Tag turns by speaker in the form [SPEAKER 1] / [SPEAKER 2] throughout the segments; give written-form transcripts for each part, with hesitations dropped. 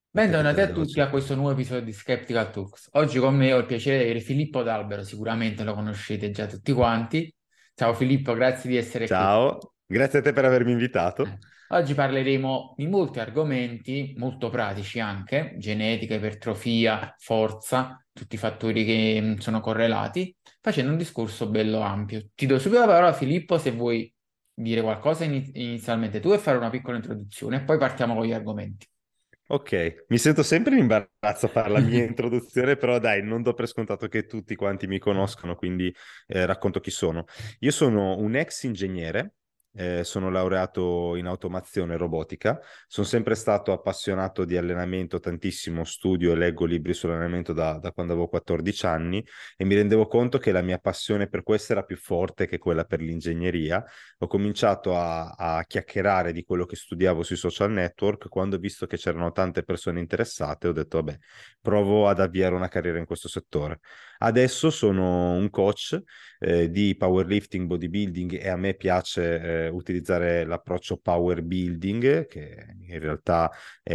[SPEAKER 1] A te che
[SPEAKER 2] Bentornati
[SPEAKER 1] te la
[SPEAKER 2] a
[SPEAKER 1] devo
[SPEAKER 2] tutti a
[SPEAKER 1] accettare.
[SPEAKER 2] questo nuovo episodio di Skeptical Talks. Oggi con me ho il piacere di avere Filippo D'Albero, sicuramente lo conoscete già tutti quanti. Ciao Filippo, grazie di essere qui.
[SPEAKER 1] Ciao, grazie a te per avermi invitato.
[SPEAKER 2] Oggi parleremo di molti argomenti, molto pratici anche, genetica, ipertrofia, forza, tutti i fattori che sono correlati, facendo un discorso bello ampio. Ti do subito la parola Filippo se vuoi dire qualcosa inizialmente tu e fare una piccola introduzione e poi partiamo con gli argomenti.
[SPEAKER 1] Ok, mi sento sempre in imbarazzo a fare la mia introduzione, però dai, non do per scontato che tutti quanti mi conoscono, quindi racconto chi sono. Io sono un ex ingegnere, sono laureato in automazione e robotica, sono sempre stato appassionato di allenamento, tantissimo studio e leggo libri sull'allenamento da quando avevo 14 anni e mi rendevo conto che la mia passione per questo era più forte che quella per l'ingegneria. Ho cominciato a chiacchierare di quello che studiavo sui social network. Quando ho visto che c'erano tante persone interessate, ho detto, vabbè, provo ad avviare una carriera in questo settore. Adesso sono un coach di powerlifting, bodybuilding e a me piace utilizzare l'approccio power building, che in realtà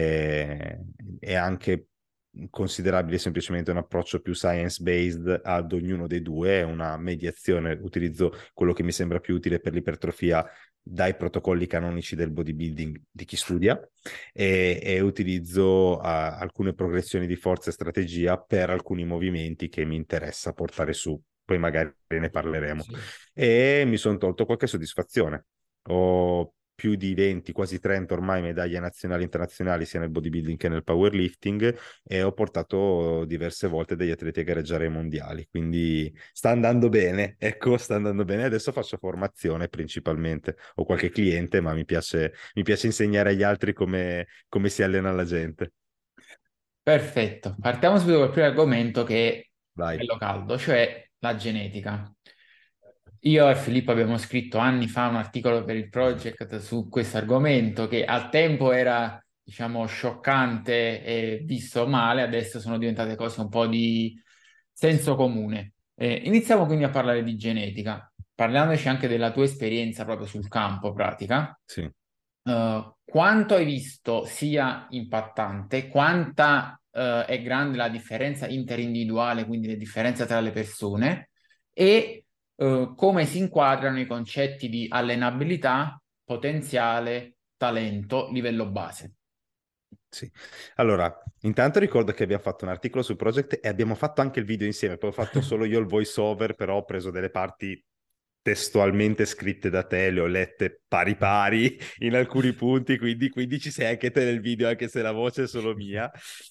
[SPEAKER 1] è anche considerabile semplicemente un approccio più science-based ad ognuno dei due, è una mediazione, utilizzo quello che mi sembra più utile per l'ipertrofia dai protocolli canonici del bodybuilding di chi studia e utilizzo alcune progressioni di forza e strategia per alcuni movimenti che mi interessa portare su. Poi magari ne parleremo.
[SPEAKER 2] Sì.
[SPEAKER 1] E mi sono tolto qualche soddisfazione. Ho più di 20, quasi 30 ormai medaglie nazionali e internazionali sia nel bodybuilding che nel powerlifting e ho portato diverse volte degli atleti a gareggiare ai mondiali, quindi sta andando bene, ecco, sta andando bene. Adesso faccio formazione principalmente, ho qualche cliente, ma mi piace insegnare agli altri come si allena la gente.
[SPEAKER 2] Perfetto, partiamo subito col primo argomento che è
[SPEAKER 1] Vai.
[SPEAKER 2] bello caldo, cioè la genetica. Io e Filippo abbiamo scritto anni fa un articolo per il project su questo argomento che al tempo era, diciamo, scioccante e visto male, adesso sono diventate cose un po' di senso comune. Iniziamo quindi a parlare di genetica, parlandoci anche della tua esperienza proprio sul campo pratica.
[SPEAKER 1] Sì.
[SPEAKER 2] Quanto hai visto sia impattante, quanta è grande la differenza interindividuale, quindi le differenze tra le persone, e come si inquadrano i concetti di allenabilità, potenziale, talento, livello base.
[SPEAKER 1] Sì. Allora, intanto ricordo che abbiamo fatto un articolo sul project e abbiamo fatto anche il video insieme, poi ho fatto solo io il voice over, però ho preso delle parti testualmente scritte da te, le ho lette pari pari in alcuni punti, quindi ci sei anche te nel video, anche se la voce è solo mia.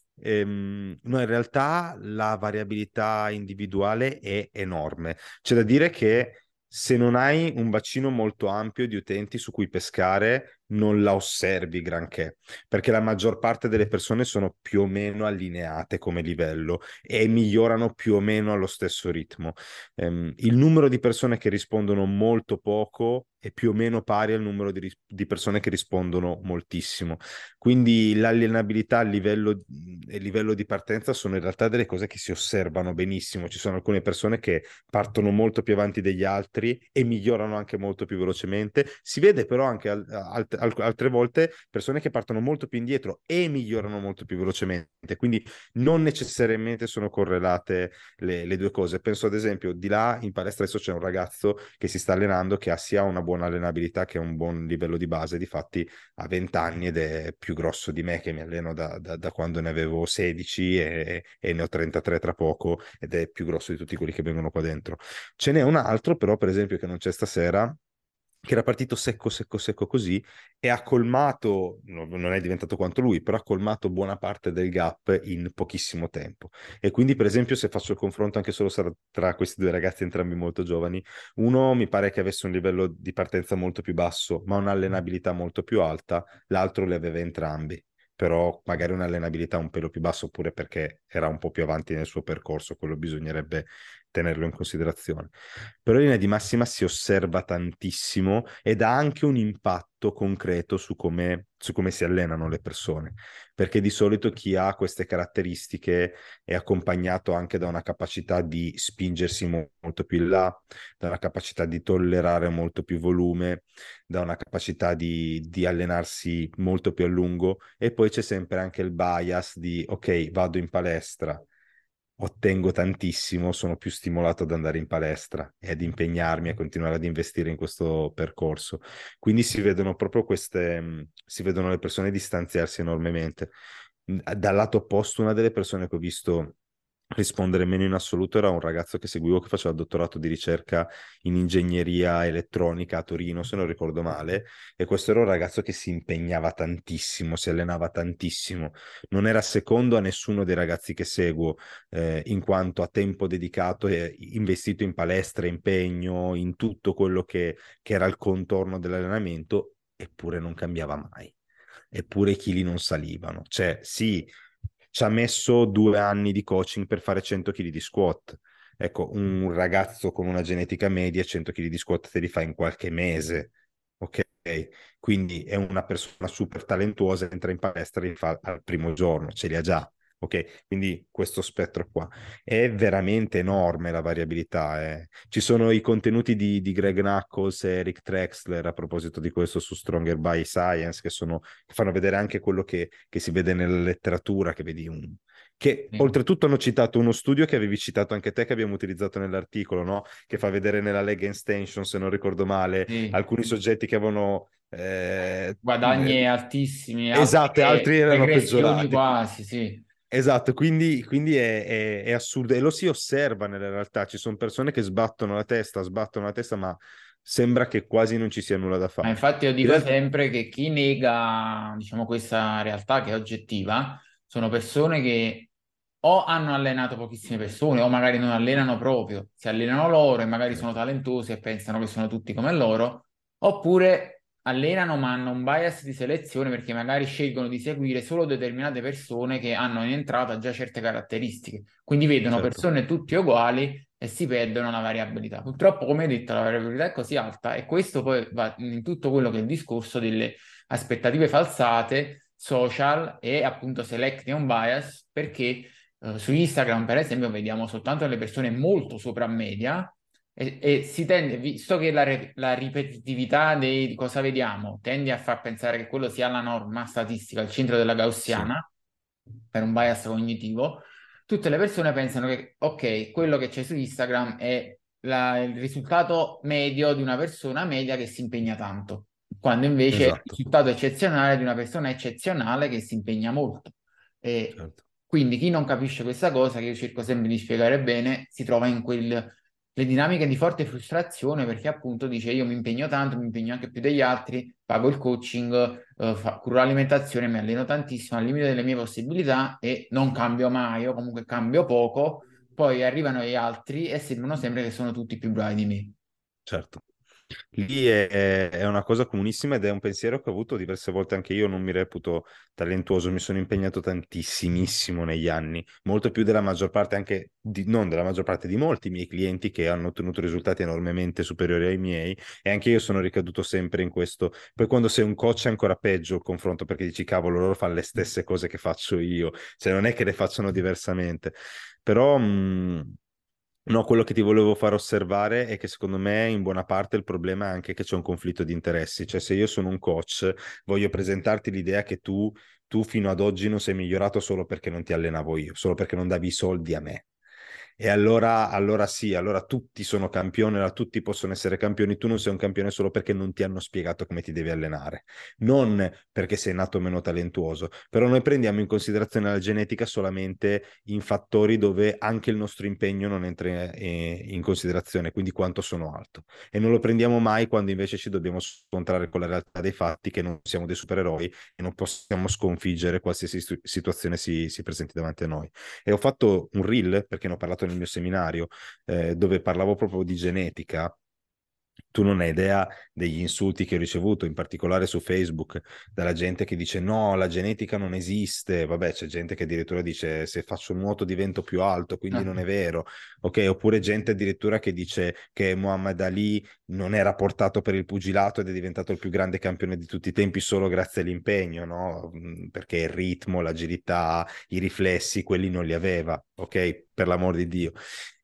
[SPEAKER 1] No, in realtà la variabilità individuale è enorme. C'è da dire che se non hai un bacino molto ampio di utenti su cui pescare, non la osservi granché, perché la maggior parte delle persone sono più o meno allineate come livello e migliorano più o meno allo stesso ritmo. Il numero di persone che rispondono molto poco è più o meno pari al numero di persone che rispondono moltissimo. Quindi l'allenabilità e il livello di partenza sono in realtà delle cose che si osservano benissimo. Ci sono alcune persone che partono molto più avanti degli altri e migliorano anche molto più velocemente. Si vede però anche altre volte persone che partono molto più indietro e migliorano molto più velocemente. Quindi non necessariamente sono correlate le due cose. Penso ad esempio, di là in palestra adesso c'è un ragazzo che si sta allenando che ha sia una buona allenabilità che un buon livello di base. Difatti ha 20 anni ed è più grosso di me che mi alleno da quando ne avevo 16 e ne ho 33 tra poco ed è più grosso di tutti quelli che vengono qua dentro. Ce n'è un altro però, per esempio, che non c'è stasera, che era partito secco, secco, secco così e ha colmato, non è diventato quanto lui, però ha colmato buona parte del gap in pochissimo tempo. E quindi, per esempio, se faccio il confronto anche solo tra questi due ragazzi, entrambi molto giovani, uno mi pare che avesse un livello di partenza molto più basso, ma un'allenabilità molto più alta, l'altro le aveva entrambi. Però magari un'allenabilità un pelo più bassa oppure perché era un po' più avanti nel suo percorso, quello bisognerebbe tenerlo in considerazione. Però in linea di massima si osserva tantissimo ed ha anche un impatto concreto su come si allenano le persone, perché di solito chi ha queste caratteristiche è accompagnato anche da una capacità di spingersi molto più in là, da una capacità di tollerare molto più volume, da una capacità di allenarsi molto più a lungo, e poi c'è sempre anche il bias di ok, vado in palestra, ottengo tantissimo, sono più stimolato ad andare in palestra e ad impegnarmi a continuare ad investire in questo percorso. Quindi si vedono proprio si vedono le persone distanziarsi enormemente. Dal lato opposto, una delle persone che ho visto rispondere meno in assoluto era un ragazzo che seguivo che faceva il dottorato di ricerca in ingegneria elettronica a Torino, se non ricordo male, e questo era un ragazzo che si impegnava tantissimo, si allenava tantissimo, non era secondo a nessuno dei ragazzi che seguo, in quanto a tempo dedicato e investito in palestra, impegno, in tutto quello che era il contorno dell'allenamento, eppure non cambiava mai. Eppure i chili non salivano. Cioè, sì, ci ha messo 2 anni di coaching per fare 100 kg di squat. Ecco, un ragazzo con una genetica media, 100 kg di squat te li fa in qualche mese, ok? Quindi è una persona super talentuosa, entra in palestra e li fa al primo giorno, ce li ha già, ok? Quindi questo spettro qua è veramente enorme, la variabilità. Ci sono i contenuti di Greg Knuckles e Eric Trexler a proposito di questo su Stronger by Science, che fanno vedere anche quello che si vede nella letteratura, che vedi che
[SPEAKER 2] Sì,
[SPEAKER 1] oltretutto hanno citato uno studio che avevi citato anche te, che abbiamo utilizzato nell'articolo, no? Che fa vedere nella leg extension, se non ricordo male,
[SPEAKER 2] sì.
[SPEAKER 1] alcuni soggetti che avevano
[SPEAKER 2] Guadagni altissimi, altri
[SPEAKER 1] esatto,
[SPEAKER 2] che
[SPEAKER 1] altri erano
[SPEAKER 2] regressioni
[SPEAKER 1] peggiorati.
[SPEAKER 2] quasi, sì.
[SPEAKER 1] Esatto, quindi è assurdo e lo si osserva nella realtà. Ci sono persone che sbattono la testa, ma sembra che quasi non ci sia nulla da
[SPEAKER 2] Ma
[SPEAKER 1] fare.
[SPEAKER 2] infatti io
[SPEAKER 1] In
[SPEAKER 2] dico
[SPEAKER 1] realtà,
[SPEAKER 2] sempre che chi nega, diciamo, questa realtà che è oggettiva, sono persone che o hanno allenato pochissime persone o magari non allenano proprio, si allenano loro e magari sono
[SPEAKER 1] certo,
[SPEAKER 2] talentosi e pensano che sono tutti come loro, oppure allenano ma hanno un bias di selezione perché magari scelgono di seguire solo determinate persone che hanno in entrata già certe caratteristiche, quindi vedono
[SPEAKER 1] certo,
[SPEAKER 2] persone tutte uguali e si perdono la variabilità. Purtroppo, come hai detto, la variabilità è così alta e questo poi va in tutto quello che è il discorso delle aspettative falsate, social e appunto selection bias, perché su Instagram, per esempio, vediamo soltanto le persone molto sopra media e si tende, visto che la ripetitività di cosa vediamo tende a far pensare che quello sia la norma statistica, il centro della
[SPEAKER 1] sì,
[SPEAKER 2] gaussiana, per un bias cognitivo, tutte le persone pensano che, ok, quello che c'è su Instagram è il risultato medio di una persona media che si impegna tanto, quando invece è il
[SPEAKER 1] esatto,
[SPEAKER 2] risultato eccezionale di una persona eccezionale che si impegna molto. E
[SPEAKER 1] certo.
[SPEAKER 2] quindi chi non capisce questa cosa, che io cerco sempre di spiegare bene, si trova in le dinamiche di forte frustrazione perché appunto dice io mi impegno tanto, mi impegno anche più degli altri, pago il coaching, curo l'alimentazione, mi alleno tantissimo al limite delle mie possibilità e non cambio mai o comunque cambio poco, poi arrivano gli altri e sembrano sempre che sono tutti più bravi di me.
[SPEAKER 1] Certo. Lì è una cosa comunissima ed è un pensiero che ho avuto diverse volte anche io, non mi reputo talentuoso, mi sono impegnato tantissimissimo negli anni, molto più della maggior parte, anche non della maggior parte di molti miei clienti che hanno ottenuto risultati enormemente superiori ai miei, e anche io sono ricaduto sempre in questo. Poi quando sei un coach è ancora peggio il confronto, perché dici cavolo, loro fanno le stesse cose che faccio io, cioè non è che le facciano diversamente. Però no, quello che ti volevo far osservare è che secondo me in buona parte il problema è anche che c'è un conflitto di interessi, cioè se io sono un coach voglio presentarti l'idea che tu fino ad oggi non sei migliorato solo perché non ti allenavo io, solo perché non davi i soldi a me. E allora sì, allora tutti sono campioni, allora tutti possono essere campioni, tu non sei un campione solo perché non ti hanno spiegato come ti devi allenare, non perché sei nato meno talentuoso, però noi prendiamo in considerazione la genetica solamente in fattori dove anche il nostro impegno non entra in considerazione, quindi quanto sono alto. E non lo prendiamo mai quando invece ci dobbiamo scontrare con la realtà dei fatti, che non siamo dei supereroi e non possiamo sconfiggere qualsiasi situazione si presenti davanti a noi. E ho fatto un reel, perché ne ho parlato nel mio seminario, dove parlavo proprio di genetica, Tu non hai idea degli insulti che ho ricevuto, in particolare su Facebook, dalla gente che dice no, la genetica non esiste. Vabbè, c'è gente che addirittura dice se faccio nuoto divento più alto, quindi non è vero. Ok, oppure gente addirittura che dice che Muhammad Ali non era portato per il pugilato ed è diventato il più grande campione di tutti i tempi solo grazie all'impegno, no? Perché il ritmo, l'agilità, i riflessi, quelli non li aveva, ok? Per l'amor di Dio.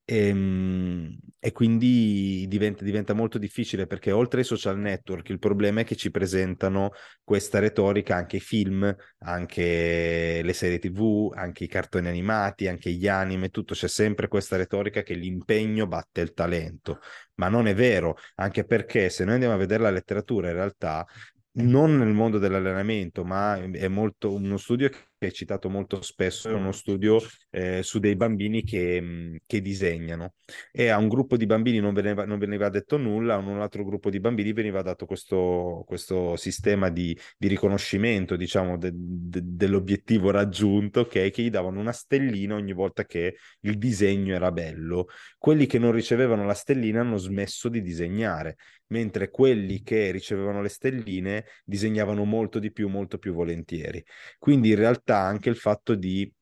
[SPEAKER 1] E quindi diventa molto difficile perché oltre ai social network il problema è che ci presentano questa retorica anche i film, anche le serie TV, anche i cartoni animati, anche gli anime, tutto c'è sempre questa retorica che l'impegno batte il talento, ma non è vero, anche perché se noi andiamo a vedere la letteratura in realtà non nel mondo dell'allenamento, ma è molto uno studio che è citato molto spesso, è uno studio su dei bambini che disegnano e a un gruppo di bambini non veniva detto nulla, a un altro gruppo di bambini veniva dato questo sistema di riconoscimento, diciamo, dell'obiettivo raggiunto, che gli davano una stellina ogni volta che il disegno era bello. Quelli che non ricevevano la stellina hanno smesso di disegnare, mentre quelli che ricevevano le stelline disegnavano molto più volentieri. Quindi in realtà anche il fatto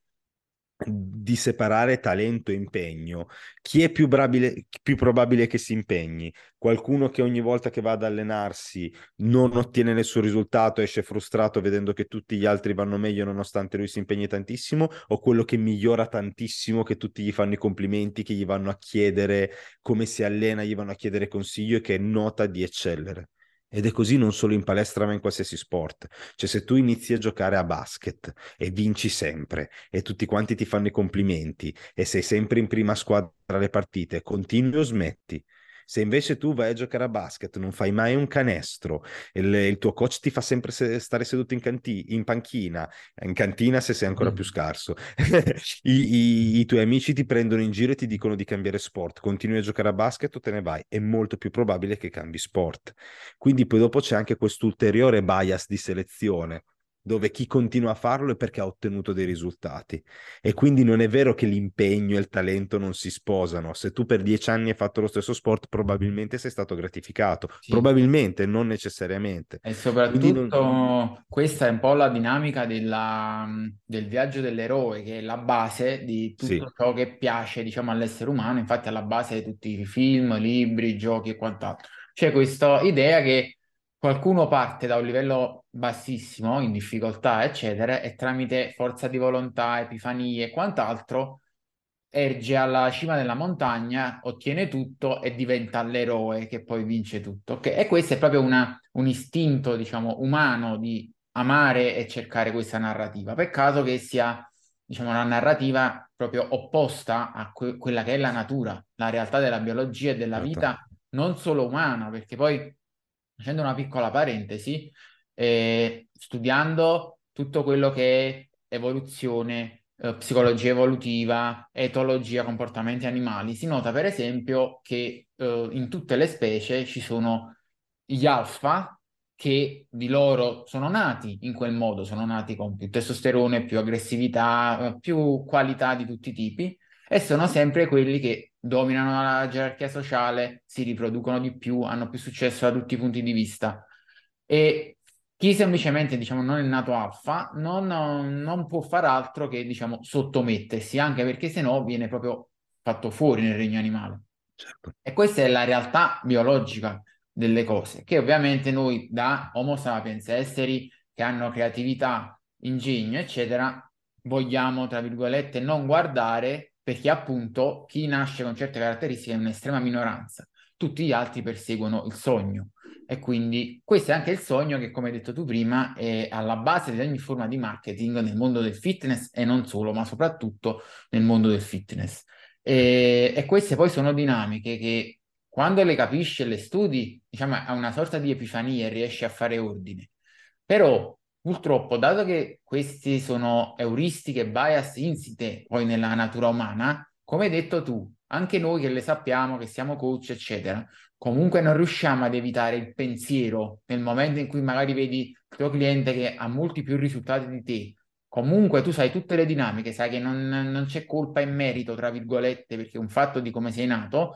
[SPEAKER 1] di separare talento e impegno. Chi è più probabile che si impegni? Qualcuno che ogni volta che va ad allenarsi non ottiene nessun risultato, esce frustrato vedendo che tutti gli altri vanno meglio nonostante lui si impegni tantissimo, o quello che migliora tantissimo, che tutti gli fanno i complimenti, che gli vanno a chiedere come si allena, gli vanno a chiedere consiglio e che nota di eccellere. Ed è così non solo in palestra ma in qualsiasi sport. Cioè se tu inizi a giocare a basket e vinci sempre e tutti quanti ti fanno i complimenti e sei sempre in prima squadra alle partite, continui o smetti? Se invece tu vai a giocare a basket, non fai mai un canestro, il tuo coach ti fa sempre stare seduto in panchina, in cantina se sei ancora più scarso, I tuoi amici ti prendono in giro e ti dicono di cambiare sport, continui a giocare a basket o te ne vai, è molto più probabile che cambi sport. Quindi poi dopo c'è anche quest'ulteriore bias di selezione dove chi continua a farlo è perché ha ottenuto dei risultati. E quindi non è vero che l'impegno e il talento non si sposano. Se tu per 10 anni hai fatto lo stesso sport, probabilmente sei stato gratificato.
[SPEAKER 2] Sì.
[SPEAKER 1] Probabilmente, non necessariamente.
[SPEAKER 2] E
[SPEAKER 1] Quindi non...
[SPEAKER 2] soprattutto questa è un po' la dinamica del viaggio dell'eroe, che è la base di tutto
[SPEAKER 1] Sì,
[SPEAKER 2] ciò che piace, diciamo, all'essere umano, infatti è alla base di tutti i film, libri, giochi e quant'altro. C'è questa idea che qualcuno parte da un livello bassissimo, in difficoltà, eccetera, e tramite forza di volontà, epifanie e quant'altro erge alla cima della montagna, ottiene tutto e diventa l'eroe che poi vince tutto. Ok? E questo è proprio un istinto, diciamo, umano di amare e cercare questa narrativa. Peccato che sia, diciamo, una narrativa proprio opposta a quella che è la natura, la realtà della biologia e della
[SPEAKER 1] certo,
[SPEAKER 2] vita, non solo umana, perché poi, facendo una piccola parentesi, studiando tutto quello che è evoluzione, psicologia evolutiva, etologia, comportamenti animali, si nota per esempio che in tutte le specie ci sono gli alfa che di loro sono nati in quel modo, sono nati con più testosterone, più aggressività, più qualità di tutti i tipi e sono sempre quelli che dominano la gerarchia sociale, si riproducono di più, hanno più successo da tutti i punti di vista. E chi semplicemente, diciamo, non è nato alfa non può far altro che, diciamo, sottomettersi, anche perché sennò viene proprio fatto fuori nel regno animale.
[SPEAKER 1] certo.
[SPEAKER 2] E questa è la realtà biologica delle cose, che ovviamente noi da Homo sapiens, esseri che hanno creatività, ingegno, eccetera, vogliamo, tra virgolette, non guardare perché appunto chi nasce con certe caratteristiche è un'estrema minoranza. Tutti gli altri perseguono il sogno. E quindi questo è anche il sogno che, come hai detto tu prima, è alla base di ogni forma di marketing nel mondo del fitness e non solo, ma soprattutto nel mondo del fitness. E queste poi sono dinamiche che quando le capisci e le studi, diciamo, ha una sorta di epifania e riesci a fare ordine. Però, purtroppo, dato che queste sono euristiche, bias insite poi nella natura umana, come hai detto tu, anche noi che le sappiamo, che siamo coach, eccetera, comunque non riusciamo ad evitare il pensiero nel momento in cui magari vedi il tuo cliente che ha molti più risultati di te. Comunque tu sai tutte le dinamiche, sai che non c'è colpa e merito, tra virgolette, perché è un fatto di come sei nato,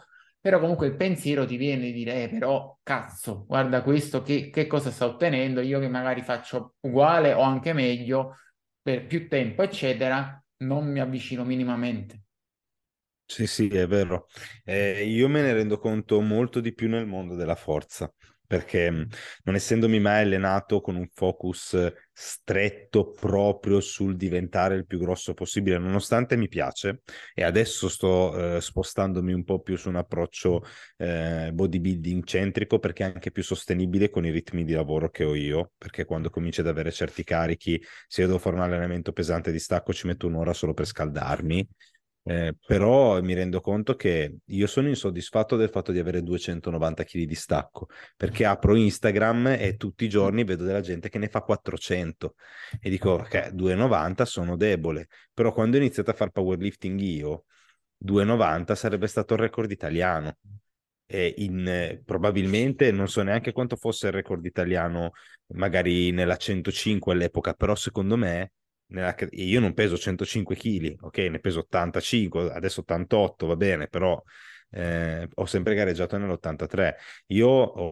[SPEAKER 2] Però comunque il pensiero ti viene di dire, però cazzo, guarda questo, che cosa sta ottenendo, io che magari faccio uguale o anche meglio per più tempo, eccetera, non mi avvicino minimamente.
[SPEAKER 1] Sì, sì, è vero. Io me ne rendo conto molto di più nel mondo della forza, perché non essendomi mai allenato con un focus stretto proprio sul diventare il più grosso possibile, nonostante mi piace, e adesso sto spostandomi un po' più su un approccio bodybuilding centrico, perché è anche più sostenibile con i ritmi di lavoro che ho io, perché quando cominci ad avere certi carichi, se io devo fare un allenamento pesante di stacco, ci metto un'ora solo per scaldarmi. Però mi rendo conto che io sono insoddisfatto del fatto di avere 290 kg di stacco, perché apro Instagram e tutti i giorni vedo della gente che ne fa 400 e dico che 290 sono debole, però quando ho iniziato a fare powerlifting io, 290 sarebbe stato il record italiano. Probabilmente non so neanche quanto fosse il record italiano, magari nella 105 all'epoca, però secondo me io non peso 105 kg, ok, ne peso 85, adesso 88, va bene, però ho sempre gareggiato nell'83. Io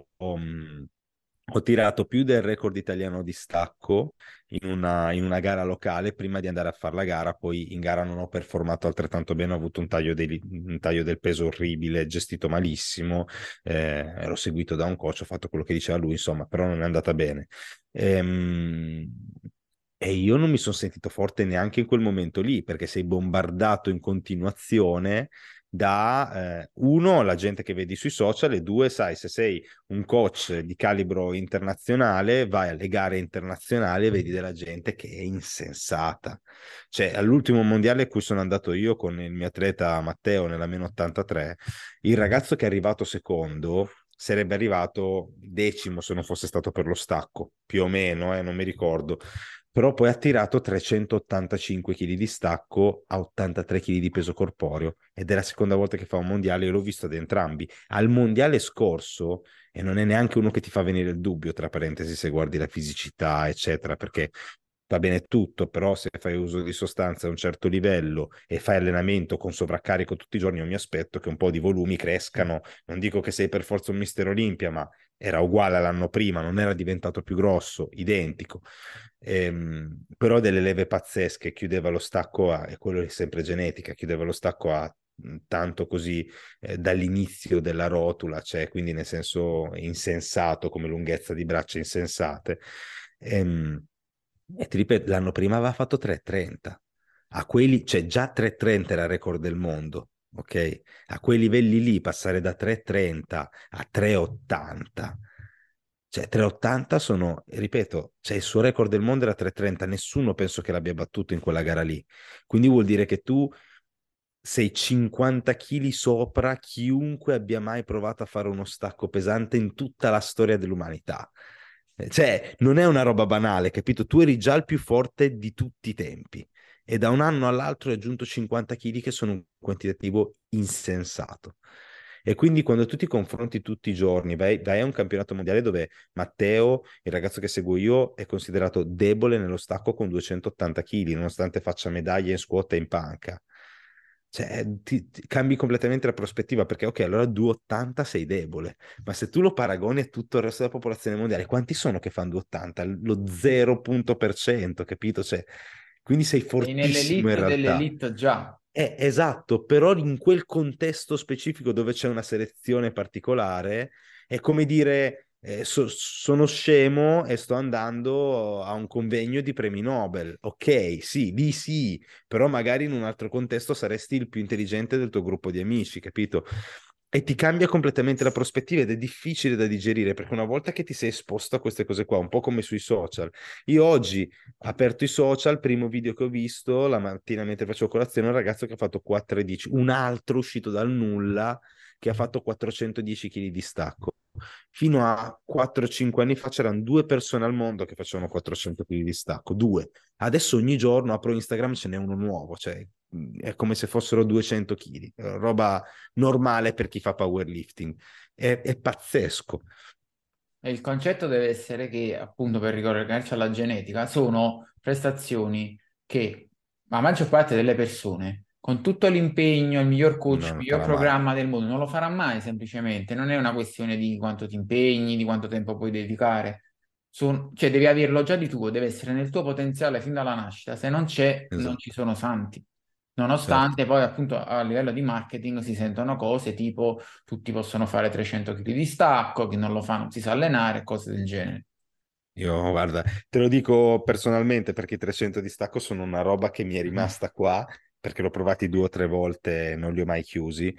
[SPEAKER 1] ho tirato più del record italiano di stacco in una gara locale prima di andare a fare la gara, poi in gara non ho performato altrettanto bene, ho avuto un taglio del peso orribile, gestito malissimo, ero seguito da un coach, ho fatto quello che diceva lui, insomma, però non è andata bene. Ehm, E io non mi sono sentito forte neanche in quel momento lì, perché sei bombardato in continuazione da uno, la gente che vedi sui social, e due, sai, se sei un coach di calibro internazionale, vai alle gare internazionali e vedi della gente che è insensata. Cioè, all'ultimo mondiale a cui sono andato io con il mio atleta Matteo nella meno 83, il ragazzo che è arrivato secondo sarebbe arrivato decimo se non fosse stato per lo stacco, più o meno, non mi ricordo. Però poi ha tirato 385 kg di stacco a 83 kg di peso corporeo ed è la seconda volta che fa un mondiale, io l'ho visto ad entrambi. Al mondiale scorso, e non è neanche uno che ti fa venire il dubbio, tra parentesi, se guardi la fisicità, eccetera, perché va bene tutto, però se fai uso di sostanze a un certo livello e fai allenamento con sovraccarico tutti i giorni, io mi aspetto che un po' di volumi crescano. Non dico che sei per forza un Mister Olimpia, ma era uguale all'anno prima, non era diventato più grosso, identico. Però delle leve pazzesche, chiudeva lo stacco a, e quello è sempre genetica, chiudeva lo stacco a tanto così dall'inizio della rotula, cioè quindi nel senso insensato come lunghezza di braccia insensate. Ehm, e ti ripeto, l'anno prima aveva fatto 3,30. A quelli, cioè già 3,30 era il record del mondo, ok? A quei livelli lì passare da 3,30 a 3,80. Cioè 3,80 sono, ripeto, cioè il suo record del mondo era 3,30, nessuno penso che l'abbia battuto in quella gara lì. Quindi vuol dire che tu sei 50 kg sopra chiunque abbia mai provato a fare uno stacco pesante in tutta la storia dell'umanità. Cioè, non è una roba banale, capito? Tu eri già il più forte di tutti i tempi e da un anno all'altro hai aggiunto 50 kg che sono un quantitativo insensato. E quindi quando tu ti confronti tutti i giorni, vai a un campionato mondiale dove Matteo, il ragazzo che seguo io, è considerato debole nello stacco con 280 kg, nonostante faccia medaglie in squat e in panca. Cioè, ti cambi completamente la prospettiva perché, ok, allora 280 sei debole, ma se tu lo paragoni a tutto il resto della popolazione mondiale, quanti sono che fanno 280? Lo 0%, capito? Cioè, quindi sei
[SPEAKER 2] Sei
[SPEAKER 1] fortissimo in
[SPEAKER 2] nell'elite
[SPEAKER 1] realtà.
[SPEAKER 2] dell'elite già.
[SPEAKER 1] Esatto, però in quel contesto specifico dove c'è una selezione particolare, è come dire, sono scemo e sto andando a un convegno di premi Nobel. Ok, sì, lì sì, però magari in un altro contesto saresti il più intelligente del tuo gruppo di amici, capito? E ti cambia completamente la prospettiva ed è difficile da digerire perché una volta che ti sei esposto a queste cose qua, un po' come sui social, io oggi aperto i social, primo video che ho visto la mattina mentre facevo colazione, un ragazzo che ha fatto 4,10, un altro uscito dal nulla che ha fatto 410 kg di stacco. Fino a 4-5 anni fa c'erano due persone al mondo che facevano 400 kg di stacco, due. Adesso ogni giorno apro Instagram ce n'è uno nuovo, cioè è come se fossero 200 kg, roba normale per chi fa powerlifting. È pazzesco.
[SPEAKER 2] E il concetto deve essere che, appunto, per ricollegarci alla genetica, sono prestazioni che la maggior parte delle persone con tutto l'impegno, il miglior coach,
[SPEAKER 1] Non
[SPEAKER 2] il
[SPEAKER 1] lo
[SPEAKER 2] miglior
[SPEAKER 1] farà mai.
[SPEAKER 2] programma del mondo, non lo farà mai semplicemente. Non è una questione di quanto ti impegni, di quanto tempo puoi dedicare. Cioè, devi averlo già di tuo, deve essere nel tuo potenziale fin dalla nascita. Se non c'è, non ci
[SPEAKER 1] Esatto,
[SPEAKER 2] sono santi.
[SPEAKER 1] certo.
[SPEAKER 2] Nonostante poi appunto a livello di marketing si sentono cose tipo tutti possono fare 300 kg di stacco, chi non lo fa non si sa allenare, cose del genere.
[SPEAKER 1] Io, guarda, te lo dico personalmente perché i 300 di stacco sono una roba che mi è rimasta qua, perché l'ho provati 2 o 3 volte e non li ho mai chiusi.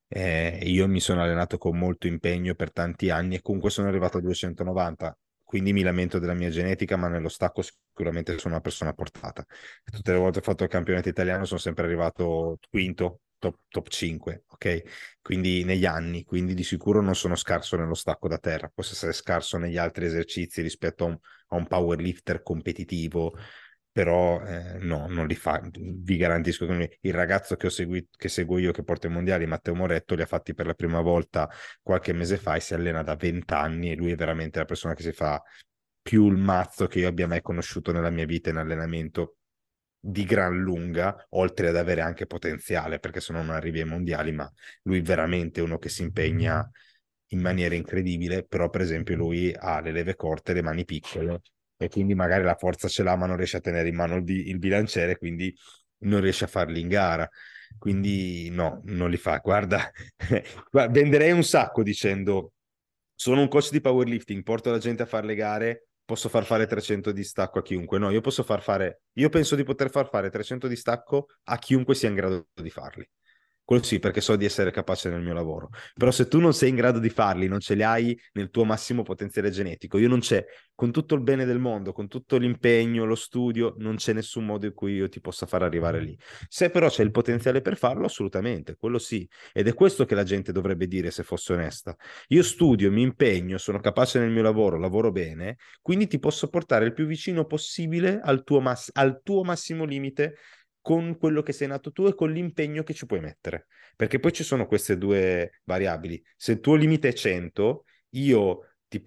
[SPEAKER 1] Io mi sono allenato con molto impegno per tanti anni e comunque sono arrivato a 290, quindi mi lamento della mia genetica, ma nello stacco sicuramente sono una persona portata. Tutte le volte che ho fatto il campionato italiano sono sempre arrivato quinto, top 5, ok? Quindi negli anni, quindi di sicuro non sono scarso nello stacco da terra, posso essere scarso negli altri esercizi rispetto a un powerlifter competitivo, però no, non li fa. Vi garantisco che il ragazzo che ho seguito, che seguo io, che porta i mondiali, Matteo Moretto, li ha fatti per la prima volta qualche mese fa e si allena da 20 anni e lui è veramente la persona che si fa più il mazzo che io abbia mai conosciuto nella mia vita in allenamento di gran lunga, oltre ad avere anche potenziale, perché se no non arrivi ai mondiali, ma lui veramente è uno che si impegna in maniera incredibile, però per esempio lui ha le leve corte, le mani piccole e quindi magari la forza ce l'ha, ma non riesce a tenere in mano il bilanciere, quindi non riesce a farli in gara. Quindi no, non li fa. Guarda, venderei un sacco dicendo sono un coach di powerlifting, porto la gente a fare le gare, posso far fare 300 di stacco a chiunque. No, io penso di poter far fare 300 di stacco a chiunque sia in grado di farli. Quello sì, perché so di essere capace nel mio lavoro. Però se tu non sei in grado di farli, non ce li hai nel tuo massimo potenziale genetico, io non c'è, con tutto il bene del mondo, con tutto l'impegno, lo studio, non c'è nessun modo in cui io ti possa far arrivare lì. Se però c'è il potenziale per farlo, assolutamente, quello sì. Ed è questo che la gente dovrebbe dire se fosse onesta. Io studio, mi impegno, sono capace nel mio lavoro, lavoro bene, quindi ti posso portare il più vicino possibile al tuo massimo limite con quello che sei nato tu e con l'impegno che ci puoi mettere. Perché poi ci sono queste due variabili. Se il tuo limite è 100, io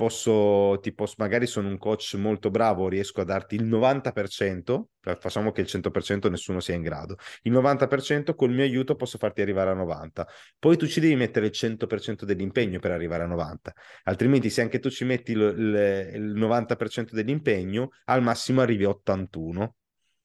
[SPEAKER 1] magari sono un coach molto bravo, riesco a darti il 90%, facciamo che il 100% nessuno sia in grado, il 90% col mio aiuto posso farti arrivare a 90, poi tu ci devi mettere il 100% dell'impegno per arrivare a 90, altrimenti se anche tu ci metti il 90% dell'impegno, al massimo arrivi a 81.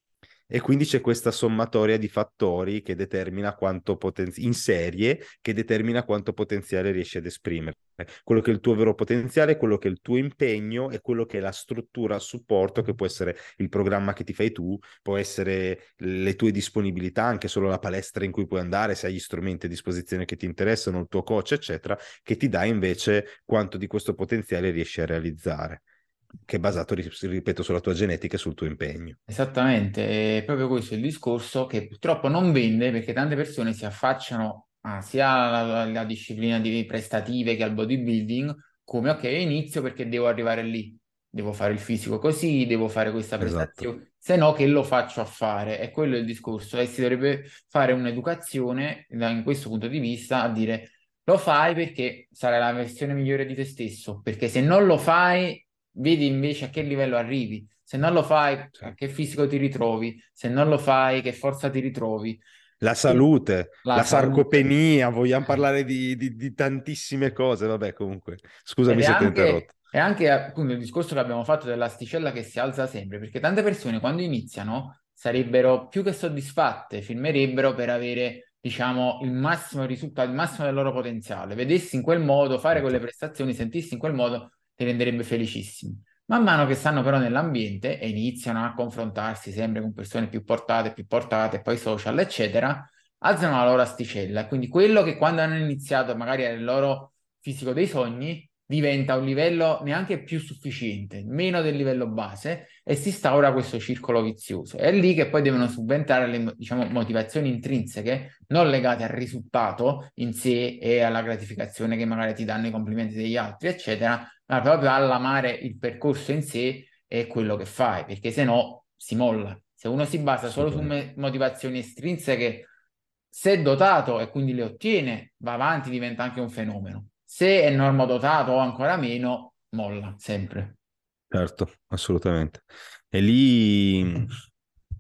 [SPEAKER 1] E quindi c'è questa sommatoria di fattori che determina quanto in serie, che determina quanto potenziale riesci ad esprimere. Quello che è il tuo vero potenziale, quello che è il tuo impegno e quello che è la struttura a supporto, che può essere il programma che ti fai tu, può essere le tue disponibilità, anche solo la palestra in cui puoi andare, se hai gli strumenti a disposizione che ti interessano, il tuo coach, eccetera, che ti dà invece quanto di questo potenziale riesci a realizzare, che è basato, ripeto, sulla tua genetica e sul tuo impegno.
[SPEAKER 2] Esattamente, è proprio questo il discorso che purtroppo non vende perché tante persone si affacciano sia alla disciplina di prestative che al bodybuilding, come ok, inizio perché devo arrivare lì, devo fare il fisico così, devo fare questa
[SPEAKER 1] Esatto.
[SPEAKER 2] prestazione, se no che lo faccio a fare? E quello è il discorso, e si dovrebbe fare un'educazione in questo punto di vista a dire lo fai perché sarai la versione migliore di te stesso, perché se non lo fai, vedi invece a che livello arrivi. Se non lo fai,
[SPEAKER 1] Sì.
[SPEAKER 2] a che fisico ti ritrovi? Se non lo fai, che forza ti ritrovi?
[SPEAKER 1] La
[SPEAKER 2] E
[SPEAKER 1] salute,
[SPEAKER 2] la
[SPEAKER 1] la
[SPEAKER 2] salute.
[SPEAKER 1] sarcopenia, vogliamo parlare di tantissime cose. Vabbè, comunque,
[SPEAKER 2] Ed
[SPEAKER 1] scusami se ti ho interrotto.
[SPEAKER 2] è anche appunto il discorso che abbiamo fatto dell'asticella che si alza sempre, perché tante persone quando iniziano sarebbero più che soddisfatte, filmerebbero per avere, diciamo, il massimo risultato, il massimo del loro potenziale. Vedessi in quel modo, fare quelle
[SPEAKER 1] Certo.
[SPEAKER 2] prestazioni, sentirsi in quel modo, ti renderebbe felicissimi. Man mano che stanno però nell'ambiente e iniziano a confrontarsi sempre con persone più portate, poi social, eccetera, alzano la loro asticella. Quindi quello che quando hanno iniziato magari era il loro fisico dei sogni diventa un livello neanche più sufficiente, meno del livello base e si instaura questo circolo vizioso. È lì che poi devono subentrare le, diciamo, motivazioni intrinseche, non legate al risultato in sé e alla gratificazione che magari ti danno i complimenti degli altri, eccetera, ma proprio all'amare il percorso in sé e quello che fai, perché se no si molla. Se uno si basa solo su
[SPEAKER 1] Assolutamente.
[SPEAKER 2] motivazioni estrinseche, se è dotato e quindi le ottiene, va avanti, diventa anche un fenomeno. Se è normodotato o ancora meno, molla sempre.
[SPEAKER 1] Certo, assolutamente. E lì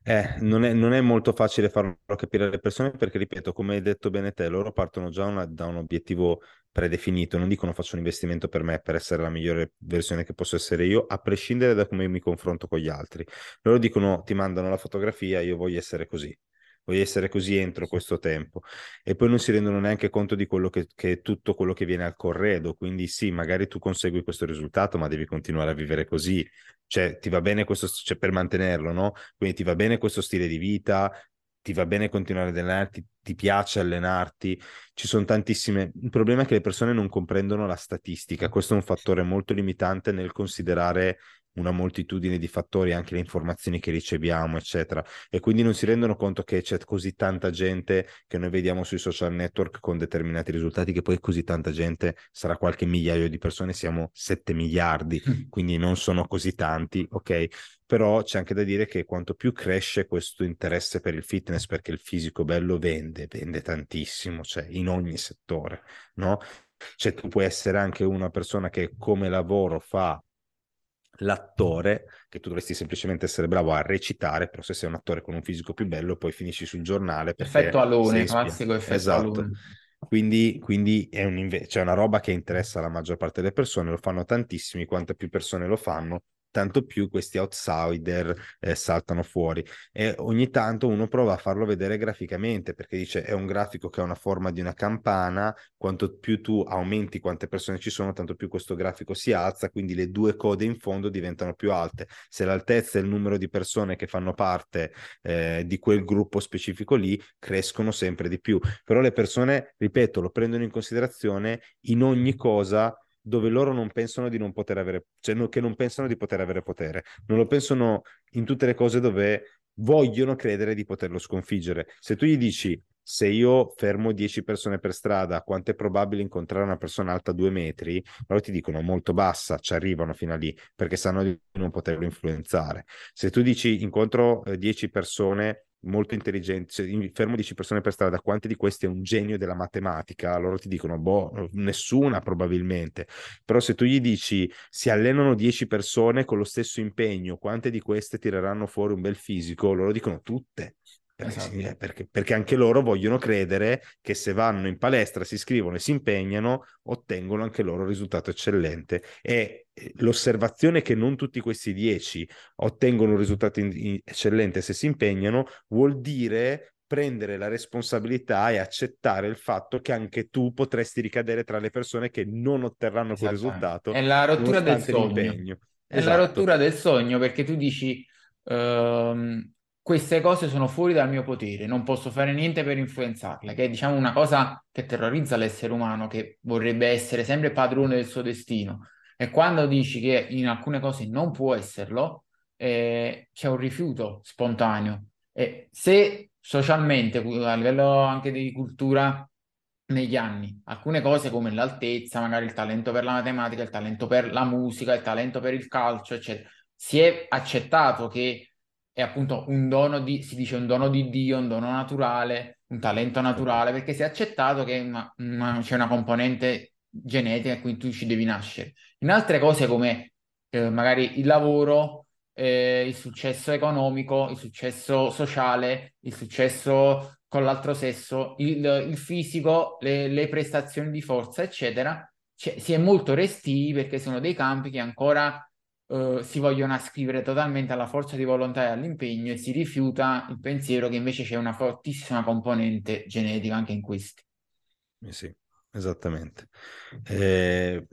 [SPEAKER 1] Non è molto facile farlo capire alle persone perché, ripeto, come hai detto bene te, loro partono già da un obiettivo predefinito, non dicono faccio un investimento per me per essere la migliore versione che posso essere io, a prescindere da come mi confronto con gli altri. Loro dicono, ti mandano la fotografia, io voglio essere così entro questo tempo e poi non si rendono neanche conto di quello che è tutto quello che viene al corredo, quindi sì, magari tu consegui questo risultato, ma devi continuare a vivere così, cioè ti va bene questo, cioè, per mantenerlo, no? Quindi ti va bene questo stile di vita, ti va bene continuare ad allenarti, ti piace allenarti, ci sono tantissime. Il problema è che le persone non comprendono la statistica, questo è un fattore molto limitante nel considerare una moltitudine di fattori, anche le informazioni che riceviamo, eccetera. E quindi non si rendono conto che c'è così tanta gente che noi vediamo sui social network con determinati risultati, che poi così tanta gente sarà qualche migliaio di persone, siamo 7 miliardi, quindi non sono così tanti, ok? Però c'è anche da dire che quanto più cresce questo interesse per il fitness, perché il fisico bello vende tantissimo, cioè in ogni settore, no? Cioè tu puoi essere anche una persona che come lavoro fa l'attore, che tu dovresti semplicemente essere bravo a recitare, però se sei un attore con un fisico più bello, poi finisci sul giornale
[SPEAKER 2] Effetto
[SPEAKER 1] perché
[SPEAKER 2] alone,
[SPEAKER 1] sei spiato.
[SPEAKER 2] classico effetto
[SPEAKER 1] Esatto.
[SPEAKER 2] alone.
[SPEAKER 1] Quindi è cioè una roba che interessa alla maggior parte delle persone, lo fanno tantissimi, quante più persone lo fanno, tanto più questi outsider saltano fuori. E ogni tanto uno prova a farlo vedere graficamente, perché dice è un grafico che ha una forma di una campana, quanto più tu aumenti quante persone ci sono, tanto più questo grafico si alza, quindi le due code in fondo diventano più alte. Se l'altezza e il numero di persone che fanno parte di quel gruppo specifico lì crescono sempre di più. Però le persone, ripeto, lo prendono in considerazione in ogni cosa dove loro non pensano di non poter avere, cioè che non pensano di poter avere potere, non lo pensano in tutte le cose dove vogliono credere di poterlo sconfiggere. Se tu gli dici se io fermo 10 persone per strada, quanto è probabile incontrare una persona alta 2 metri? Loro ti dicono molto bassa, ci arrivano fino a lì perché sanno di non poterlo influenzare. Se tu dici incontro 10 persone molto intelligenti, se fermo 10 persone per strada, quanti di questi è un genio della matematica? Loro ti dicono, boh, nessuna probabilmente. Però se tu gli dici si allenano 10 persone con lo stesso impegno, quante di queste tireranno fuori un bel fisico? Loro dicono tutte. Perché,
[SPEAKER 2] Esatto.
[SPEAKER 1] perché anche loro vogliono credere che se vanno in palestra, si iscrivono e si impegnano, ottengono anche loro un risultato eccellente. E l'osservazione che non tutti questi 10 ottengono un risultato eccellente se si impegnano, vuol dire prendere la responsabilità e accettare il fatto che anche tu potresti ricadere tra le persone che non otterranno quel
[SPEAKER 2] Esattamente.
[SPEAKER 1] risultato
[SPEAKER 2] È la rottura del
[SPEAKER 1] nonostante
[SPEAKER 2] sogno.
[SPEAKER 1] l'impegno.
[SPEAKER 2] È la
[SPEAKER 1] Esatto,
[SPEAKER 2] rottura del sogno perché tu dici ehm, queste cose sono fuori dal mio potere, non posso fare niente per influenzarle, che è diciamo una cosa che terrorizza l'essere umano, che vorrebbe essere sempre padrone del suo destino. E quando dici che in alcune cose non può esserlo, c'è un rifiuto spontaneo. E se socialmente, a livello anche di cultura, negli anni, alcune cose come l'altezza, magari il talento per la matematica, il talento per la musica, il talento per il calcio, eccetera, si è accettato che è appunto un dono di, si dice un dono di Dio, un dono naturale, un talento
[SPEAKER 1] certo.
[SPEAKER 2] naturale, perché si è accettato che c'è una componente genetica in cui tu ci devi nascere. In altre cose come magari il lavoro, il successo economico, il successo sociale, il successo con l'altro sesso, il fisico, le prestazioni di forza, eccetera, si è molto restii perché sono dei campi che ancora si vogliono ascrivere totalmente alla forza di volontà e all'impegno e si rifiuta il pensiero che invece c'è una fortissima componente genetica anche in questi.
[SPEAKER 1] Sì, esattamente. Eh,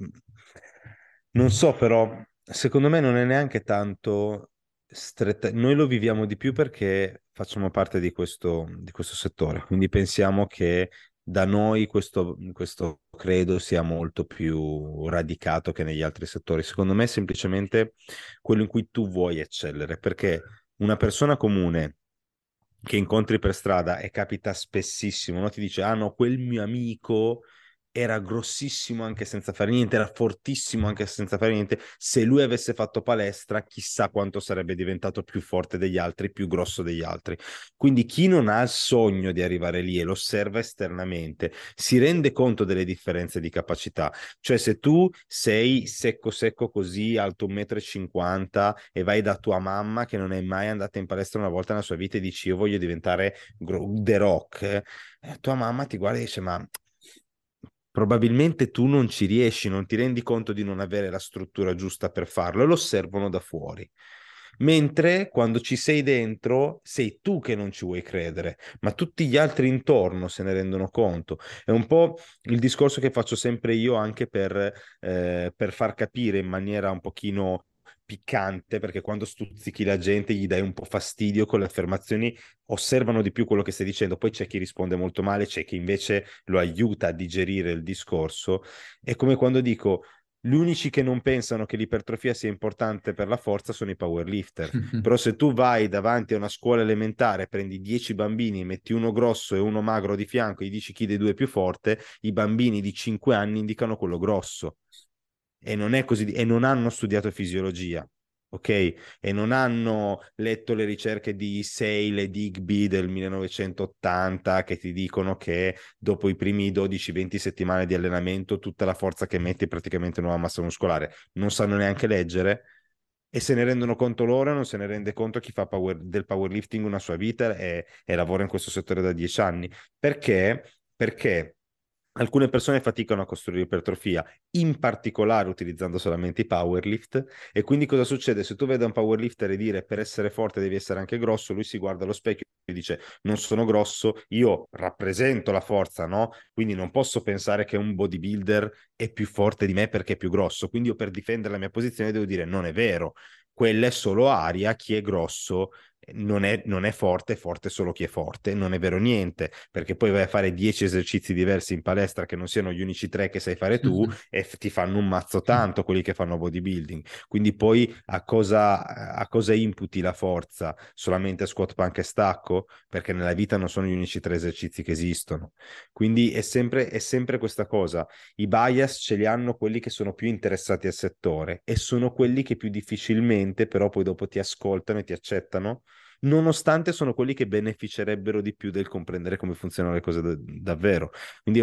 [SPEAKER 1] non so, però, secondo me non è neanche tanto stretta. Noi lo viviamo di più perché facciamo parte di questo settore, quindi pensiamo che da noi questo credo sia molto più radicato che negli altri settori. Secondo me è semplicemente quello in cui tu vuoi eccellere, perché una persona comune che incontri per strada e capita spessissimo, no? Ti dice, ah no, quel mio amico era grossissimo anche senza fare niente, era fortissimo anche senza fare niente. Se lui avesse fatto palestra, chissà quanto sarebbe diventato più forte degli altri, più grosso degli altri. Quindi chi non ha il sogno di arrivare lì e lo osserva esternamente, si rende conto delle differenze di capacità. Cioè se tu sei secco secco così, alto 1,50 m e vai da tua mamma che non è mai andata in palestra una volta nella sua vita e dici io voglio diventare The Rock, tua mamma ti guarda e dice ma probabilmente tu non ci riesci, non ti rendi conto di non avere la struttura giusta per farlo e lo osservano da fuori. Mentre quando ci sei dentro, sei tu che non ci vuoi credere, ma tutti gli altri intorno se ne rendono conto. È un po' il discorso che faccio sempre io anche per far capire in maniera un pochino piccante, perché quando stuzzichi la gente gli dai un po' fastidio con le affermazioni, osservano di più quello che stai dicendo, poi c'è chi risponde molto male, c'è chi invece lo aiuta a digerire il discorso. È come quando dico, gli unici che non pensano che l'ipertrofia sia importante per la forza sono i powerlifter. Però se tu vai davanti a una scuola elementare, prendi 10 bambini, metti uno grosso e uno magro di fianco e gli dici chi dei due è più forte, i bambini di 5 anni indicano quello grosso. E non è così, e non hanno studiato fisiologia, ok? E non hanno letto le ricerche di Sale e Digby del 1980 che ti dicono che dopo i primi 12-20 settimane di allenamento tutta la forza che metti è praticamente nuova massa muscolare. Non sanno neanche leggere e se ne rendono conto loro, non se ne rende conto chi fa del powerlifting una sua vita e lavora in questo settore da 10 anni. Perché? Perché alcune persone faticano a costruire ipertrofia, in particolare utilizzando solamente i powerlift. E quindi cosa succede? Se tu vedi un powerlifter e dire per essere forte devi essere anche grosso, lui si guarda allo specchio e dice non sono grosso, io rappresento la forza, no? Quindi non posso pensare che un bodybuilder è più forte di me perché è più grosso. Quindi io per difendere la mia posizione devo dire non è vero, quella è solo aria, chi è grosso non è forte, è forte solo chi è forte, non è vero niente, perché poi vai a fare 10 esercizi diversi in palestra che non siano gli unici 3 che sai fare tu e ti fanno un mazzo tanto quelli che fanno bodybuilding. Quindi poi a cosa imputi la forza? Solamente a squat, panca e stacco? Perché nella vita non sono gli unici 3 esercizi che esistono. Quindi è sempre questa cosa. I bias ce li hanno quelli che sono più interessati al settore e sono quelli che più difficilmente però poi dopo ti ascoltano e ti accettano, nonostante sono quelli che beneficerebbero di più del comprendere come funzionano le cose davvero. Quindi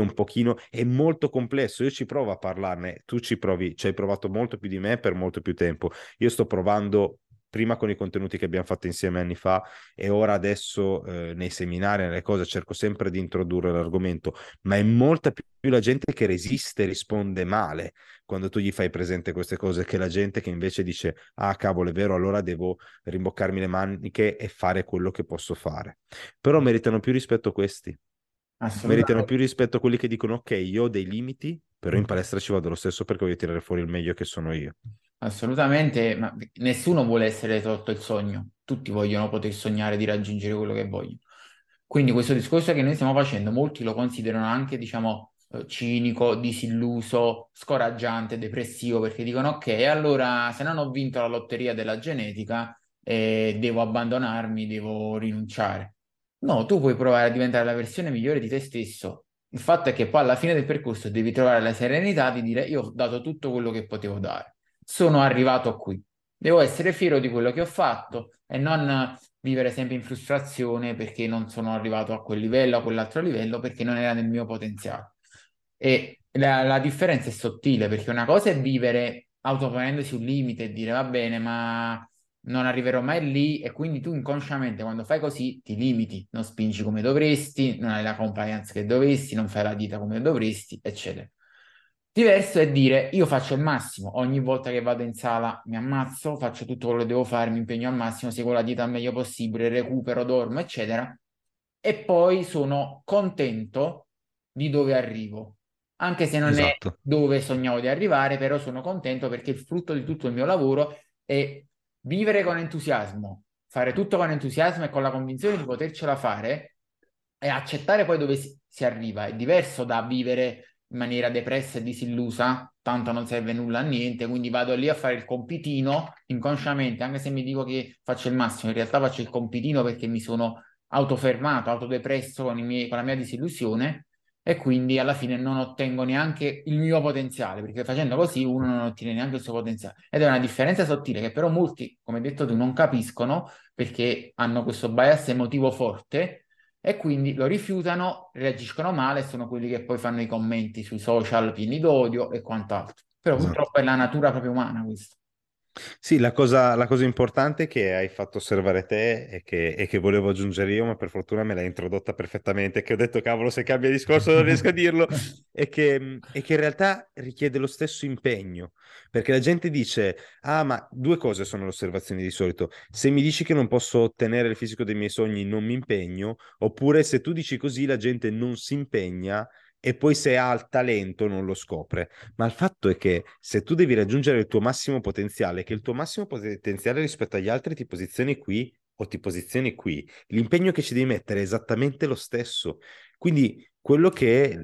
[SPEAKER 1] è molto complesso. Io ci provo a parlarne, tu ci hai provato molto più di me per molto più tempo. Io sto provando prima con i contenuti che abbiamo fatto insieme anni fa e ora adesso nei seminari, nelle cose, cerco sempre di introdurre l'argomento, ma è molta più la gente che resiste, risponde male quando tu gli fai presente queste cose, che la gente che invece dice, ah cavolo, è vero, allora devo rimboccarmi le maniche e fare quello che posso fare. Però meritano più rispetto questi. Meritano
[SPEAKER 2] Assolutamente.
[SPEAKER 1] più rispetto a quelli che dicono, ok, io ho dei limiti, però in palestra ci vado lo stesso perché voglio tirare fuori il meglio che sono io.
[SPEAKER 2] Assolutamente, ma nessuno vuole essere tolto il sogno, tutti vogliono poter sognare di raggiungere quello che vogliono. Quindi questo discorso che noi stiamo facendo, molti lo considerano anche, diciamo, cinico, disilluso, scoraggiante, depressivo, perché dicono, ok, allora se non ho vinto la lotteria della genetica, devo abbandonarmi, devo rinunciare. No, tu puoi provare a diventare la versione migliore di te stesso. Il fatto è che poi alla fine del percorso devi trovare la serenità di dire, io ho dato tutto quello che potevo dare, sono arrivato qui. Devo essere fiero di quello che ho fatto e non vivere sempre in frustrazione perché non sono arrivato a quel livello, a quell'altro livello, perché non era nel mio potenziale. E la differenza è sottile, perché una cosa è vivere autoponendosi un limite e dire va bene, ma non arriverò mai lì e quindi tu inconsciamente quando fai così ti limiti, non spingi come dovresti, non hai la compliance che dovresti, non fai la dieta come dovresti, eccetera. Diverso è dire io faccio il massimo, ogni volta che vado in sala mi ammazzo, faccio tutto quello che devo fare, mi impegno al massimo, seguo la dieta al meglio possibile, recupero, dormo, eccetera, e poi sono contento di dove arrivo, anche se non è
[SPEAKER 1] Esatto,
[SPEAKER 2] dove sognavo di arrivare, però sono contento perché il frutto di tutto il mio lavoro è vivere con entusiasmo, fare tutto con entusiasmo e con la convinzione di potercela fare e accettare poi dove si arriva. È diverso da vivere in maniera depressa e disillusa, tanto non serve nulla a niente, quindi vado lì a fare il compitino inconsciamente, anche se mi dico che faccio il massimo, in realtà faccio il compitino perché mi sono autofermato, autodepresso con la mia disillusione e quindi alla fine non ottengo neanche il mio potenziale, perché facendo così uno non ottiene neanche il suo potenziale. Ed è una differenza sottile che però molti, come hai detto tu, non capiscono perché hanno questo bias emotivo forte e quindi lo rifiutano, reagiscono male e sono quelli che poi fanno i commenti sui social pieni d'odio e quant'altro. Però
[SPEAKER 1] Esatto.
[SPEAKER 2] purtroppo è la natura proprio umana questo.
[SPEAKER 1] Sì, la cosa importante che hai fatto osservare te e che volevo aggiungere io, ma per fortuna me l'hai introdotta perfettamente, che ho detto, cavolo, se cambia discorso non riesco a dirlo, è che in realtà richiede lo stesso impegno, perché la gente dice, ah, ma due cose sono le osservazioni di solito, se mi dici che non posso ottenere il fisico dei miei sogni, non mi impegno, oppure se tu dici così, la gente non si impegna e poi se ha il talento non lo scopre. Ma il fatto è che se tu devi raggiungere il tuo massimo potenziale, che il tuo massimo potenziale rispetto agli altri ti posizioni qui o ti posizioni qui, l'impegno che ci devi mettere è esattamente lo stesso. Quindi quello che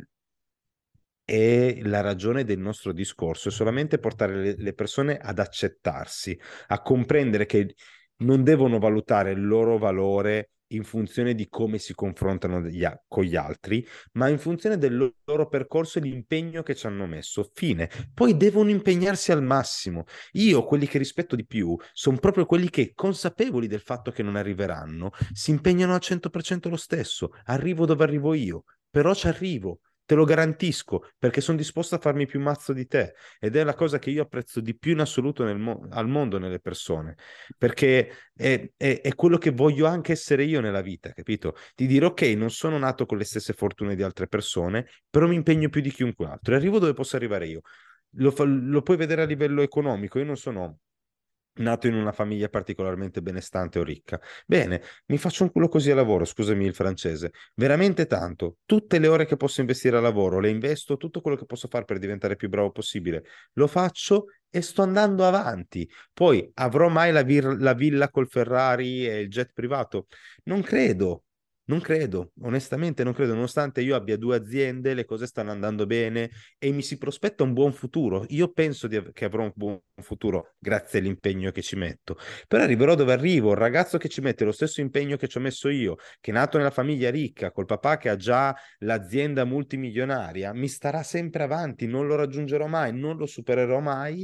[SPEAKER 1] è la ragione del nostro discorso è solamente portare le persone ad accettarsi, a comprendere che non devono valutare il loro valore in funzione di come si confrontano con gli altri, ma in funzione del loro percorso e l'impegno che ci hanno messo. Fine. Poi devono impegnarsi al massimo. Io, quelli che rispetto di più, sono proprio quelli che, consapevoli del fatto che non arriveranno, si impegnano al 100% lo stesso. Arrivo dove arrivo io, però ci arrivo. Te lo garantisco, perché sono disposto a farmi più mazzo di te. Ed è la cosa che io apprezzo di più in assoluto al mondo nelle persone, perché è quello che voglio anche essere io nella vita, capito? Di dire, ok, non sono nato con le stesse fortune di altre persone, però mi impegno più di chiunque altro e arrivo dove posso arrivare io. Lo puoi vedere a livello economico, io non sono nato in una famiglia particolarmente benestante o ricca. Bene, mi faccio un culo così a lavoro, scusami il francese, veramente tanto. Tutte le ore che posso investire a lavoro, le investo, tutto quello che posso fare per diventare più bravo possibile, lo faccio e sto andando avanti. Poi avrò mai la villa col Ferrari e il jet privato? Non credo. Non credo, onestamente non credo, nonostante io abbia due aziende, le cose stanno andando bene e mi si prospetta un buon futuro. Io penso che avrò un buon futuro grazie all'impegno che ci metto. Però arriverò dove arrivo, il ragazzo che ci mette lo stesso impegno che ci ho messo io, che è nato nella famiglia ricca, col papà che ha già l'azienda multimilionaria, mi starà sempre avanti, non lo raggiungerò mai, non lo supererò mai.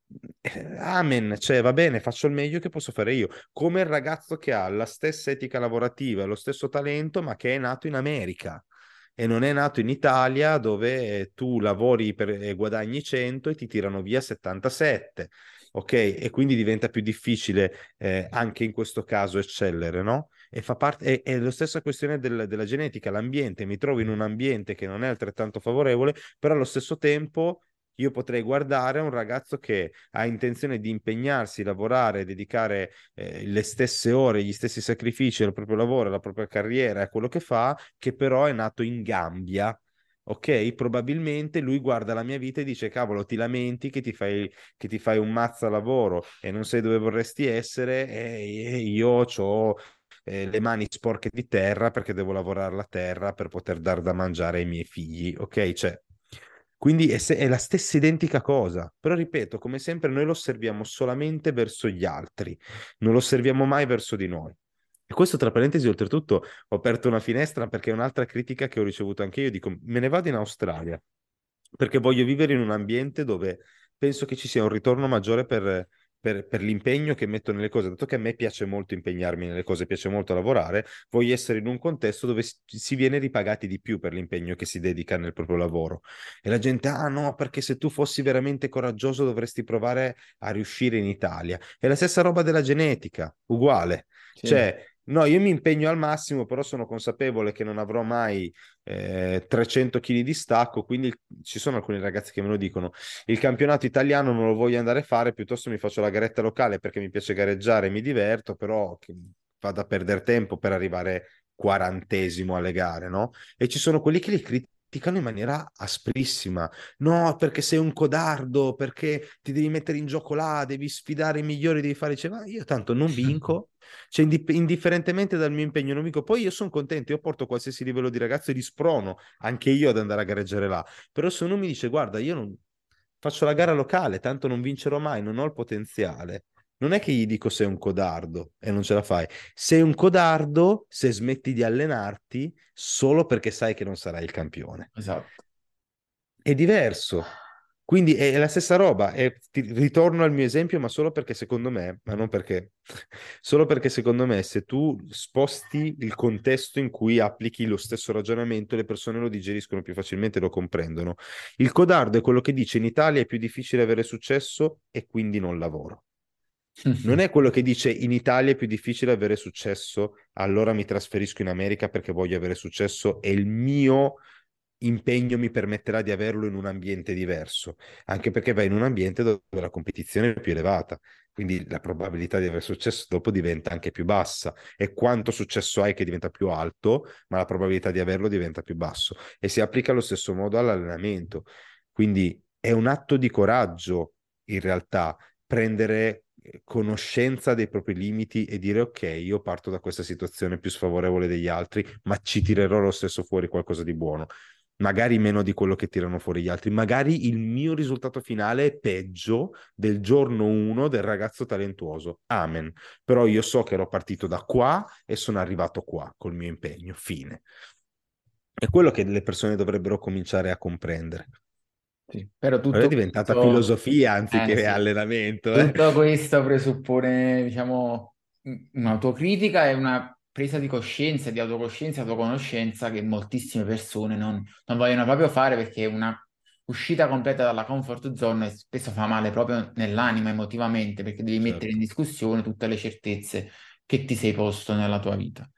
[SPEAKER 1] Amen, cioè va bene, faccio il meglio che posso fare io, come il ragazzo che ha la stessa etica lavorativa e lo stesso talento, ma che è nato in America e non è nato in Italia dove tu lavori e guadagni 100 e ti tirano via 77, ok? E quindi diventa più difficile anche in questo caso eccellere, no? E fa parte, è la stessa questione della genetica, l'ambiente, mi trovo in un ambiente che non è altrettanto favorevole, però allo stesso tempo io potrei guardare un ragazzo che ha intenzione di impegnarsi, lavorare, dedicare le stesse ore, gli stessi sacrifici al proprio lavoro, alla propria carriera, a quello che fa, che però è nato in Gambia. Ok, probabilmente lui guarda la mia vita e dice: Cavolo, ti lamenti che ti fai un mazzo a lavoro e non sai dove vorresti essere, e io ho le mani sporche di terra perché devo lavorare la terra per poter dar da mangiare ai miei figli. Ok, cioè, quindi è la stessa identica cosa, però ripeto, come sempre noi lo osserviamo solamente verso gli altri, non lo osserviamo mai verso di noi. E questo, tra parentesi, oltretutto, ho aperto una finestra perché è un'altra critica che ho ricevuto anche io, dico, me ne vado in Australia, perché voglio vivere in un ambiente dove penso che ci sia un ritorno maggiore per l'impegno che metto nelle cose, dato che a me piace molto impegnarmi nelle cose, piace molto lavorare, voglio essere in un contesto dove si viene ripagati di più per l'impegno che si dedica nel proprio lavoro. E la gente, ah no, perché se tu fossi veramente coraggioso dovresti provare a riuscire in Italia. È la stessa roba della genetica, uguale.
[SPEAKER 2] Sì.
[SPEAKER 1] Cioè, no, io mi impegno al massimo, però sono consapevole che non avrò mai 300 kg di stacco, quindi ci sono alcuni ragazzi che me lo dicono, il campionato italiano non lo voglio andare a fare, piuttosto mi faccio la garetta locale perché mi piace gareggiare e mi diverto, però che vado a perdere tempo per arrivare quarantesimo alle gare, no? E ci sono quelli che li criticano in maniera asprissima. No, perché sei un codardo, perché ti devi mettere in gioco là, devi sfidare i migliori, devi fare... Dice, ma io tanto non vinco, cioè indifferentemente dal mio impegno non vinco. Poi io sono contento, io porto qualsiasi livello di ragazzo e li sprono anche io ad andare a gareggiare là. Però se uno mi dice, guarda, io non faccio la gara locale, tanto non vincerò mai, non ho il potenziale. Non è che gli dico sei un codardo e non ce la fai. Sei un codardo se smetti di allenarti solo perché sai che non sarai il campione.
[SPEAKER 2] Esatto.
[SPEAKER 1] È diverso. Quindi è la stessa roba. Ritorno al mio esempio, ma solo perché secondo me, ma non perché, solo perché secondo me se tu sposti il contesto in cui applichi lo stesso ragionamento, le persone lo digeriscono più facilmente, lo comprendono. Il codardo è quello che dice in Italia è più difficile avere successo e quindi non lavoro. Non è quello che dice in Italia è più difficile avere successo, allora mi trasferisco in America perché voglio avere successo e il mio impegno mi permetterà di averlo in un ambiente diverso, anche perché vai in un ambiente dove la competizione è più elevata, quindi la probabilità di avere successo dopo diventa anche più bassa e quanto successo hai che diventa più alto, ma la probabilità di averlo diventa più basso e si applica allo stesso modo all'allenamento. Quindi è un atto di coraggio in realtà prendere conoscenza dei propri limiti e dire ok, io parto da questa situazione più sfavorevole degli altri, ma ci tirerò lo stesso fuori qualcosa di buono. Magari meno di quello che tirano fuori gli altri, magari il mio risultato finale è peggio del giorno 1 del ragazzo talentuoso. Amen. Però io so che ero partito da qua e sono arrivato qua col mio impegno. Fine. È quello che le persone dovrebbero cominciare a comprendere.
[SPEAKER 2] Sì, però
[SPEAKER 1] Ora è
[SPEAKER 2] tutto
[SPEAKER 1] diventata
[SPEAKER 2] questo,
[SPEAKER 1] filosofia anziché
[SPEAKER 2] sì,
[SPEAKER 1] allenamento.
[SPEAKER 2] tutto questo presuppone, diciamo, un'autocritica e una presa di coscienza, di autocoscienza e autoconoscenza che moltissime persone non vogliono proprio fare perché una uscita completa dalla comfort zone spesso fa male proprio nell'anima emotivamente perché devi mettere in
[SPEAKER 1] Certo.
[SPEAKER 2] discussione tutte le certezze che ti sei posto nella tua vita.